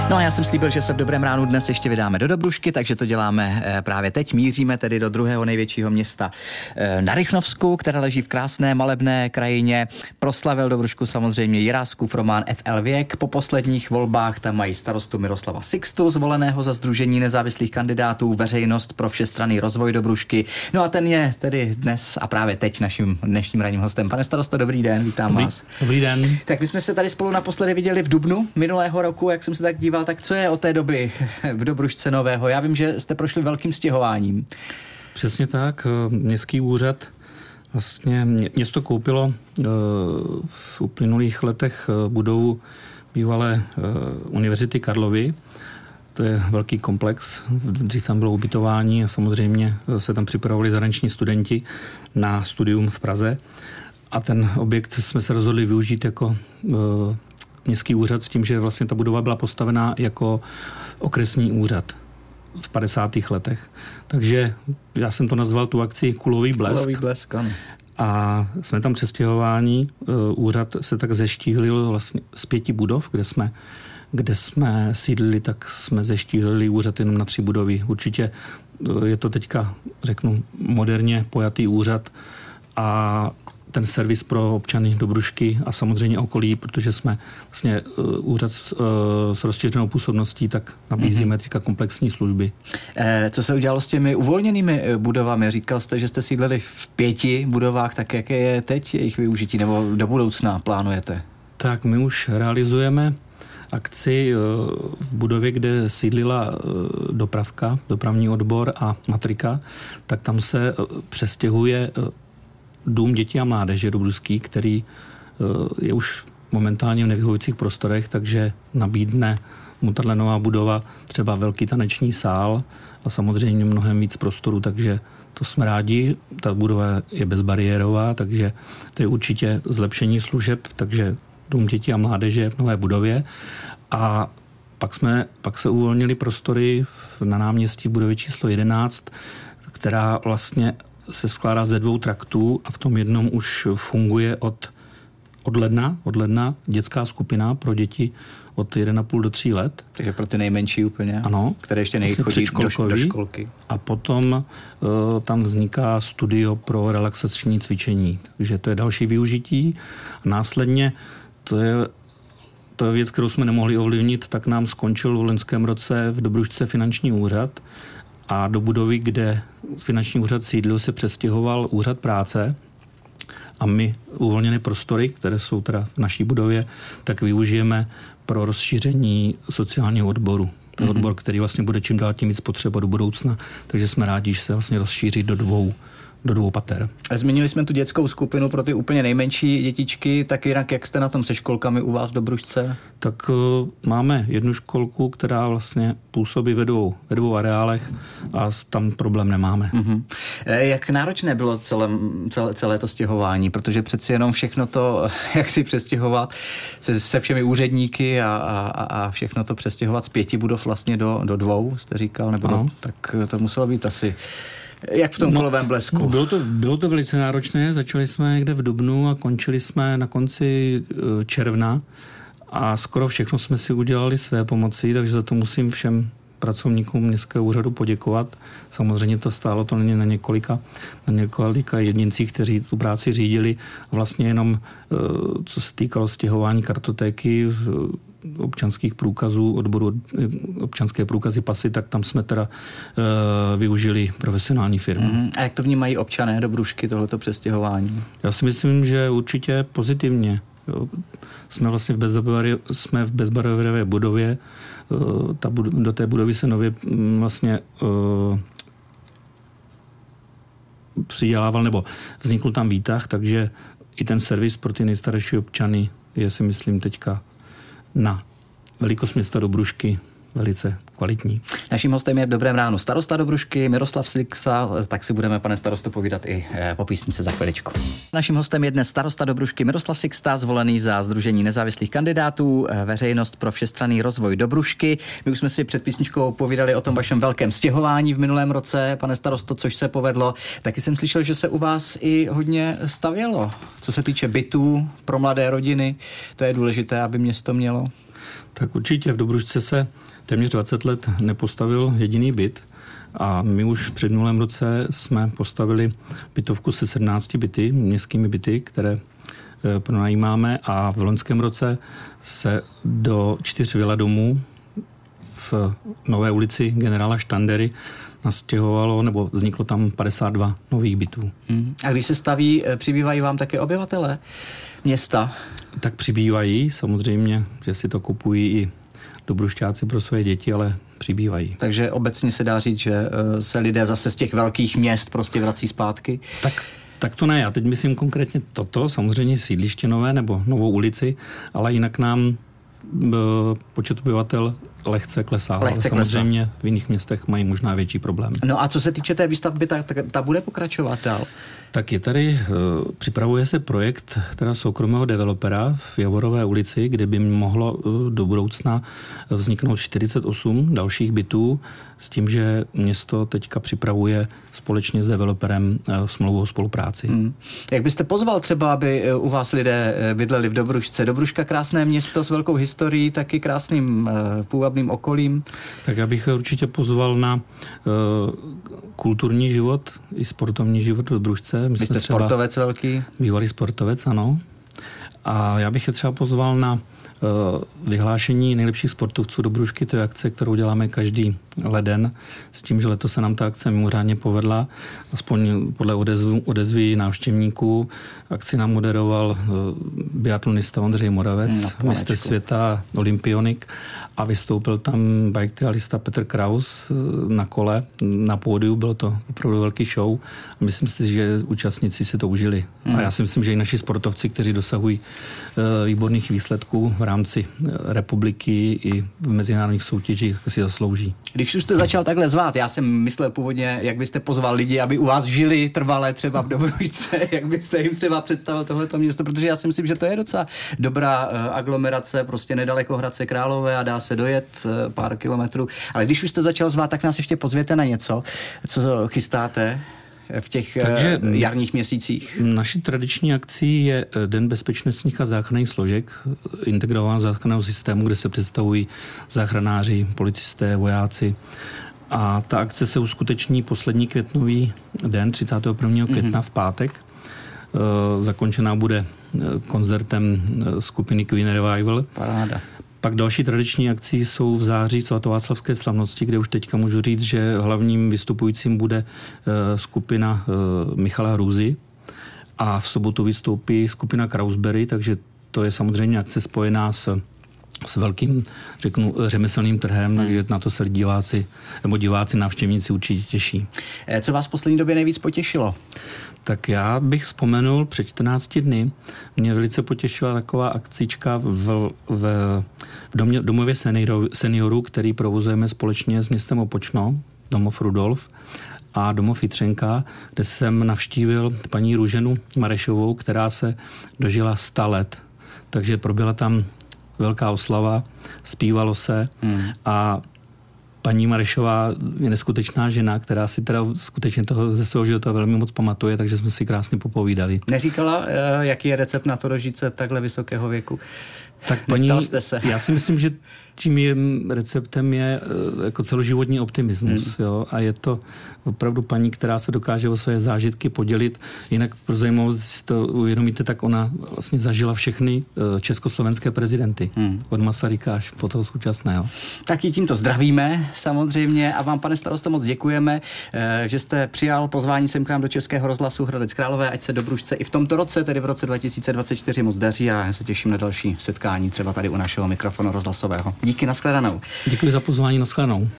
No a já jsem slíbil, že se v Dobrém ránu dnes ještě vydáme do Dobrušky, takže to děláme právě teď. Míříme tedy do druhého největšího města na Rychnovsku, které leží v krásné malebné krajině. Proslavil Dobrušku samozřejmě Jiráskův román FL Věk. Po posledních volbách tam mají starostu Miroslava Sixtu, zvoleného za Sdružení nezávislých kandidátů, Veřejnost pro všestranný rozvoj Dobrušky. No a ten je tedy dnes a právě teď naším dnešním ranním hostem. Pane starosto, dobrý den, vítám vás. Dobrý den. Tak my jsme se tady spolu naposledy viděli v dubnu minulého roku, jak jsem se tak díval, tak co je od té doby v Dobrušce nového? Já vím, že jste prošli velkým stěhováním. Přesně tak. Městský úřad, vlastně město koupilo v uplynulých letech budovu bývalé Univerzity Karlovy. To je velký komplex. Dřív tam bylo ubytování a samozřejmě se tam připravovali zahraniční studenti na studium v Praze. A ten objekt jsme se rozhodli využít jako městský úřad s tím, že vlastně ta budova byla postavená jako okresní úřad v 50. letech. Takže já jsem to nazval tu akci Kulový blesk. Kulový blesk, ano. A jsme tam přestěhováni. Úřad se tak zeštíhlil vlastně z 5 budov, kde jsme sídlili, tak jsme zeštíhlili úřad jenom na 3 budovy. Určitě je to teďka, řeknu, moderně pojatý úřad a ten servis pro občany Dobrušky a samozřejmě okolí, protože jsme vlastně úřad s rozšířenou působností, tak nabízíme teďka komplexní služby. Co se udělalo s těmi uvolněnými budovami? Říkal jste, že jste sídlili v 5 budovách, tak jaké je teď jejich využití nebo do budoucna plánujete? Tak my už realizujeme akci v budově, kde sídlila dopravka, dopravní odbor a matrika, tak tam se přestěhuje Dům dětí a mládeže Dobruský, který je už momentálně v nevyhovujících prostorech, takže nabídne mu tato nová budova třeba velký taneční sál a samozřejmě mnohem víc prostoru, takže to jsme rádi. Ta budova je bezbariérová, takže to je určitě zlepšení služeb, takže Dům dětí a mládeže v nové budově. A pak se uvolnili prostory na náměstí v budově číslo 11, která vlastně se skládá ze 2 traktů a v tom jednom už funguje od ledna dětská skupina pro děti od 1,5 do 3 let. Takže pro ty nejmenší úplně, ano, které ještě nechodí do školky. A potom tam vzniká studio pro relaxační cvičení. Takže to je další využití. A následně to je věc, kterou jsme nemohli ovlivnit, tak nám skončil v loňském roce v Dobrušce finanční úřad a do budovy, kde finanční úřad sídlil, se přestěhoval úřad práce a my uvolněné prostory, které jsou teda v naší budově, tak využijeme pro rozšíření sociálního odboru. To je odbor, který vlastně bude čím dál tím víc potřeba do budoucna, takže jsme rádi, že se vlastně rozšíří do 2 pater. Zmínili jsme tu dětskou skupinu pro ty úplně nejmenší dětičky, tak jinak jak jste na tom se školkami u vás v Dobrušce? Tak máme jednu školku, která vlastně působí ve 2 areálech a tam problém nemáme. Jak náročné bylo celé to stěhování, protože přeci jenom všechno to, jak si přestěhovat se všemi úředníky a všechno to přestěhovat z 5 budov vlastně do 2, jste říkal, nebo tak to muselo být asi... Jak v tom Kulovém blesku? Bylo to velice náročné. Začali jsme někde v dubnu a končili jsme na konci června a skoro všechno jsme si udělali své pomocí, takže za to musím všem pracovníkům městského úřadu poděkovat. Samozřejmě to stálo to na několika jedincích, kteří tu práci řídili. Vlastně jenom, co se týkalo stěhování kartotéky, občanských průkazů, odboru občanské průkazy, pasy, tak tam jsme teda využili profesionální firmy. A jak to vnímají občané Dobrušky, tohleto přestěhování? Já si myslím, že určitě pozitivně. Jsme vlastně v bezbariérové budově. Do té budovy se nově vlastně přidělával, nebo vznikl tam výtah, takže i ten servis pro ty nejstarší občany je, si myslím, teďka na velikost města Dobrušky velice kvalitní. Naším hostem je v Dobrém ránu starosta Dobrušky Miroslav Sixta, tak si budeme, pane starosto, povídat i po písničce za chviličku. Naším hostem je dnes starosta Dobrušky Miroslav Sixta, zvolený za Sdružení nezávislých kandidátů, Veřejnost pro všestranný rozvoj Dobrušky. My už jsme si před písničkou povídali o tom vašem velkém stěhování v minulém roce, pane starosto, což se povedlo. Taky jsem slyšel, že se u vás i hodně stavělo, co se týče bytů pro mladé rodiny. To je důležité, aby město mělo. Tak určitě v Dobrušce se téměř 20 let nepostavil jediný byt a my už před minulém roce jsme postavili bytovku se 17 byty, městskými byty, které pronajímáme a v loňském roce se do 4 vila domů v Nové ulici generála Štandery nastěhovalo, nebo vzniklo tam 52 nových bytů. A když se staví, přibývají vám také obyvatele města? Tak přibývají, samozřejmě, že si to kupují i dobrušťáci pro své děti, ale přibývají. Takže obecně se dá říct, že se lidé zase z těch velkých měst prostě vrací zpátky? Tak to ne, já teď myslím konkrétně toto, samozřejmě sídliště nové nebo Novou ulici, ale jinak nám počet obyvatel lehce klesá. Ale samozřejmě v jiných městech mají možná větší problém. No a co se týče té výstavby, ta bude pokračovat dál? Tak je tady, připravuje se projekt teda soukromého developera v Javorové ulici, kde by mohlo do budoucna vzniknout 48 dalších bytů s tím, že město teďka připravuje společně s developerem smlouvu o spolupráci. Jak byste pozval třeba, aby u vás lidé bydleli v Dobrušce? Dobruška krásné město s velkou historií, taky krásným půvabným okolím. Tak já bych určitě pozval na kulturní život i sportovní život v Dobrušce. Vy jste sportovec velký? Bývalý sportovec, ano. A já bych je třeba pozval na vyhlášení nejlepších sportovců Dobrušky, to je akce, kterou děláme každý leden, s tím, že letos se nám ta akce mimořádně povedla, aspoň podle odezvy návštěvníků. Akci nám moderoval biatlonista Ondřej Moravec, mistr světa, olympionik, a vystoupil tam bike trialista Petr Kraus na kole, na pódiu, bylo to opravdu velký show. Myslím si, že účastníci si to užili. A já si myslím, že i naši sportovci, kteří dosahují výborných výsledků v rámci republiky i v mezinárodních soutěžích, si zaslouží. Když už jste začal takhle zvát, já jsem myslel původně, jak byste pozval lidi, aby u vás žili trvale třeba v Dobrušce, jak byste jim třeba představil tohleto město, protože já si myslím, že to je docela dobrá aglomerace, prostě nedaleko Hradce Králové a dá se dojet pár kilometrů. Ale když už jste začal zvát, tak nás ještě pozvěte na něco, co chystáte v těch jarních měsících. Naší tradiční akcí je Den bezpečnostních a záchranných složek, integrován záchranného systému, kde se představují záchranáři, policisté, vojáci. A ta akce se uskuteční poslední květnový den, 31. května v pátek. Zakončená bude koncertem skupiny Queen Revival. Paráda. Pak další tradiční akcí jsou v září svatováclavské slavnosti, kde už teďka můžu říct, že hlavním vystupujícím bude skupina Michala Hrůzy a v sobotu vystoupí skupina Krausberry, takže to je samozřejmě akce spojená s velkým, řeknu, řemeslným trhem, takže na to se diváci, návštěvníci určitě těší. Co vás v poslední době nejvíc potěšilo? Tak já bych vzpomenul, před 14 dny mě velice potěšila taková akcička v domově seniorů, který provozujeme společně s městem Opočno, domov Rudolf a domov Jitřenka, kde jsem navštívil paní Růženu Marešovou, která se dožila 100 let. Takže proběhla tam velká oslava, zpívalo se a paní Marešová je neskutečná žena, která si teda skutečně toho ze svého života velmi moc pamatuje, takže jsme si krásně popovídali. Neříkala, jaký je recept na to dožít se takhle vysokého věku? Tak paní, já si myslím, že tím receptem je jako celoživotní optimismus. Jo? A je to opravdu paní, která se dokáže o své zážitky podělit. Jinak pro zajímavost, si to uvědomíte, tak ona vlastně zažila všechny československé prezidenty. Od Masaryka až po toho současného. Tak i tímto zdravíme samozřejmě a vám, pane starosto, moc děkujeme, že jste přijal pozvání sem k nám do Českého rozhlasu Hradec Králové, ať se Dobrušce i v tomto roce, tedy v roce 2024 moc daří a já se těším na další setkání třeba tady u našeho mikrofonu rozhlasového. Díky, nashledanou. Děkuji za pozvání, nashledanou.